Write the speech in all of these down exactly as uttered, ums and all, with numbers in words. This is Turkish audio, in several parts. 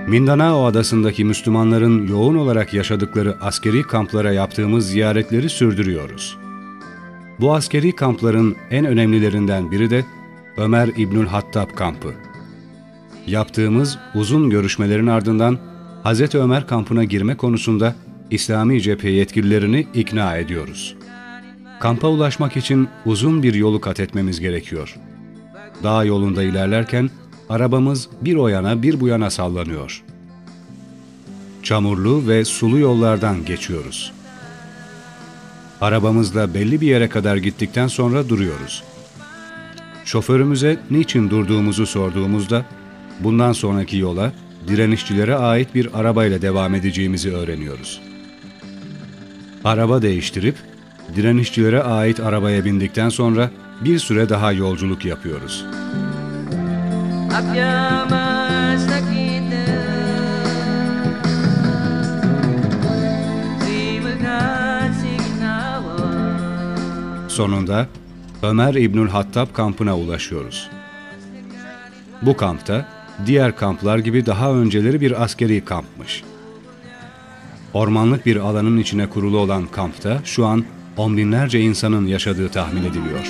Mindanao adasındaki Müslümanların yoğun olarak yaşadıkları askeri kamplara yaptığımız ziyaretleri sürdürüyoruz. Bu askeri kampların en önemlilerinden biri de Ömer İbnül Hattab kampı. Yaptığımız uzun görüşmelerin ardından Hazreti Ömer kampına girme konusunda İslami cephe yetkililerini ikna ediyoruz. Kampa ulaşmak için uzun bir yolu kat etmemiz gerekiyor. Dağ yolunda ilerlerken arabamız bir o yana bir bu yana sallanıyor. Çamurlu ve sulu yollardan geçiyoruz. Arabamızla belli bir yere kadar gittikten sonra duruyoruz. Şoförümüze niçin durduğumuzu sorduğumuzda bundan sonraki yola direnişçilere ait bir arabayla devam edeceğimizi öğreniyoruz. Araba değiştirip direnişçilere ait arabaya bindikten sonra bir süre daha yolculuk yapıyoruz. Sonunda Ömer İbnül Hattab kampına ulaşıyoruz. Bu kampta diğer kamplar gibi daha önceleri bir askeri kampmış. Ormanlık bir alanın içine kurulu olan kampta şu an on binlerce insanın yaşadığı tahmin ediliyor.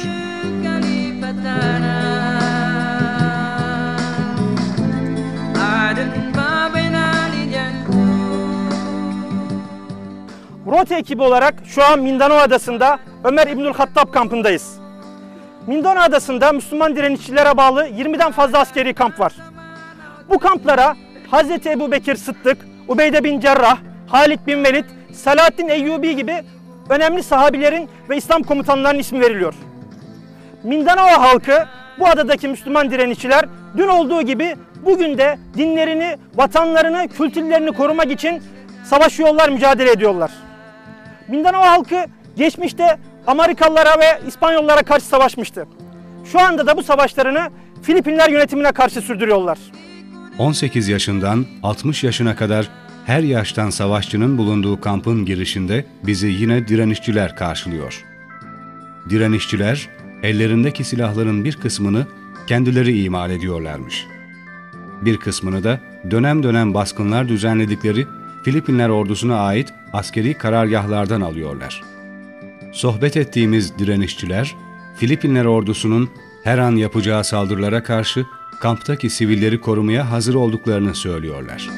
Rota ekibi olarak şu an Mindanao Adası'nda Ömer İbnül Hattab kampındayız. Mindanao Adası'nda Müslüman direnişçilere bağlı yirmiden fazla askeri kamp var. Bu kamplara Hazreti Ebubekir Sıddık, Ubeyde bin Cerrah, Halid bin Velid, Selahaddin Eyyubi gibi önemli sahabilerin ve İslam komutanlarının ismi veriliyor. Mindanao halkı, bu adadaki Müslüman direnişçiler dün olduğu gibi bugün de dinlerini, vatanlarını, kültürlerini korumak için savaşıyorlar, mücadele ediyorlar. Mindanao halkı geçmişte Amerikalılara ve İspanyollara karşı savaşmıştı. Şu anda da bu savaşlarını Filipinler yönetimine karşı sürdürüyorlar. on sekiz yaşından altmış yaşına kadar her yaştan savaşçının bulunduğu kampın girişinde bizi yine direnişçiler karşılıyor. Direnişçiler ellerindeki silahların bir kısmını kendileri imal ediyorlarmış. Bir kısmını da dönem dönem baskınlar düzenledikleri Filipinler ordusuna ait askeri karargahlardan alıyorlar. Sohbet ettiğimiz direnişçiler, Filipinler ordusunun her an yapacağı saldırılara karşı kamptaki sivilleri korumaya hazır olduklarını söylüyorlar.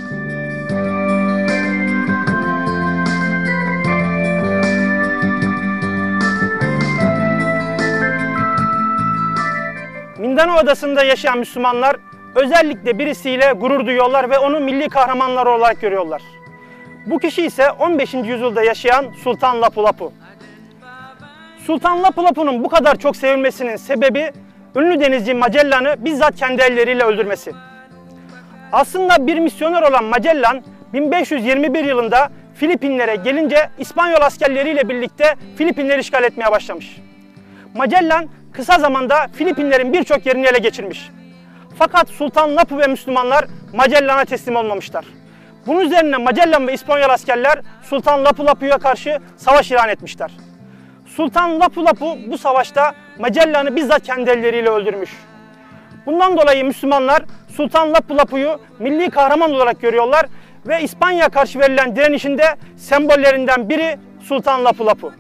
Mindanao Adası'nda yaşayan Müslümanlar özellikle birisiyle gurur duyuyorlar ve onu milli kahramanlar olarak görüyorlar. Bu kişi ise on beşinci yüzyılda yaşayan Sultan Lapu-Lapu. Sultan Lapu-Lapu'nun bu kadar çok sevilmesinin sebebi ünlü denizci Magellan'ı bizzat kendi elleriyle öldürmesi. Aslında bir misyoner olan Magellan bin beş yüz yirmi bir yılında Filipinlere gelince İspanyol askerleriyle birlikte Filipinleri işgal etmeye başlamış. Magellan kısa zamanda Filipinlerin birçok yerini ele geçirmiş. Fakat Sultan Lapu ve Müslümanlar Magellan'a teslim olmamışlar. Bunun üzerine Magellan ve İspanyol askerler Sultan Lapu-Lapu'ya karşı savaş ilan etmişler. Sultan Lapu-Lapu bu savaşta Magellan'ı bizzat kendi elleriyle öldürmüş. Bundan dolayı Müslümanlar Sultan Lapu-Lapu'yu milli kahraman olarak görüyorlar ve İspanya'ya karşı verilen direnişin de sembollerinden biri Sultan Lapu-Lapu.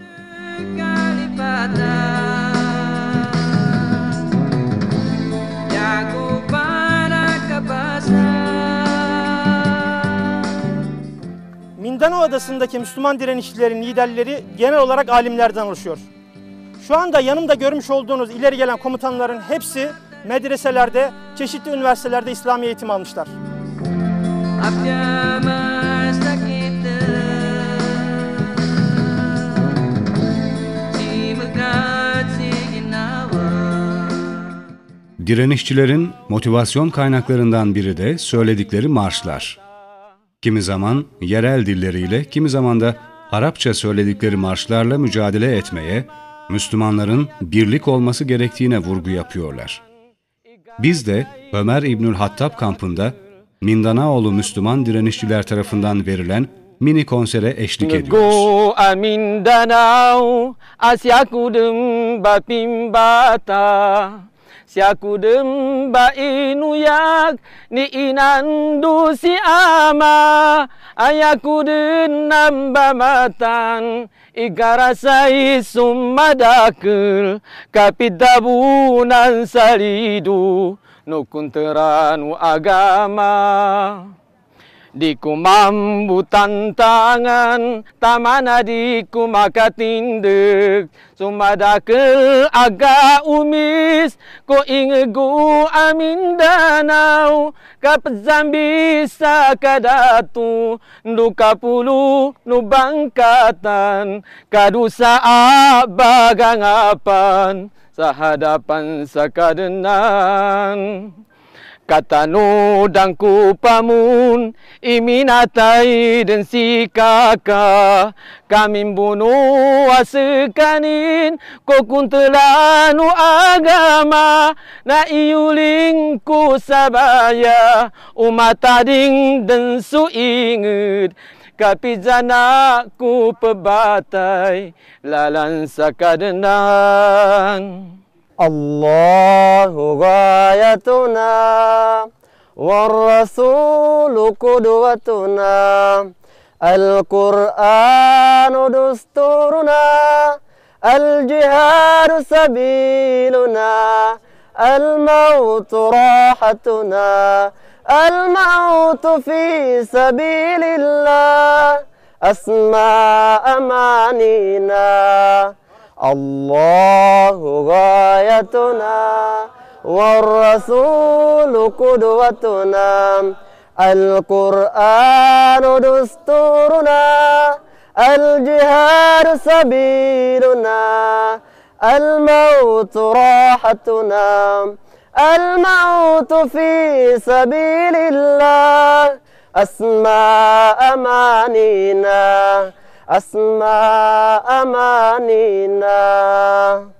Mindanao Adası'ndaki Müslüman direnişçilerin liderleri genel olarak alimlerden oluşuyor. Şu anda yanımda görmüş olduğunuz ileri gelen komutanların hepsi medreselerde, çeşitli üniversitelerde İslami eğitim almışlar. Direnişçilerin motivasyon kaynaklarından biri de söyledikleri marşlar. Kimi zaman yerel dilleriyle, kimi zaman da Arapça söyledikleri marşlarla mücadele etmeye, Müslümanların birlik olması gerektiğine vurgu yapıyorlar. Biz de Ömer İbnül Hattab kampında Mindanaolu Müslüman direnişçiler tarafından verilen mini konsere eşlik ediyoruz. siaku demba inuyak ni inandu si ama ayaku denam bamatan igarasai sumadakul kapitabunan salidu nukun teranu agama. Diku mambu tantangan tamana diku maka tindek sumadakel aga umis ko ingegu amin danau kapzam bisa kadatu duka pulu nu bangkatan kadusa bagangapan sahadapan sakadenan. Kata nudangku pamun iminatai dan si kakak kami bunuh asekanin kokun telanu agama na iulingku sabaya umat ading dan su inget kapizanaku pebatai lalan sakadenan. Allahu ghayatuna warrasulu qudwatuna Al-Qur'anu dusturuna Al-jihadu sabiluna Al-mautu rahatuna Al-mautu fi sabilillah Asma amanina Allahu ghayatuna warrasulu qudwatuna Al-Qur'anu dusturuna Al-jihadu sabiluna Al-mautu rahatuna Al-mautu fi sabilillah Asma amanina Asma amanina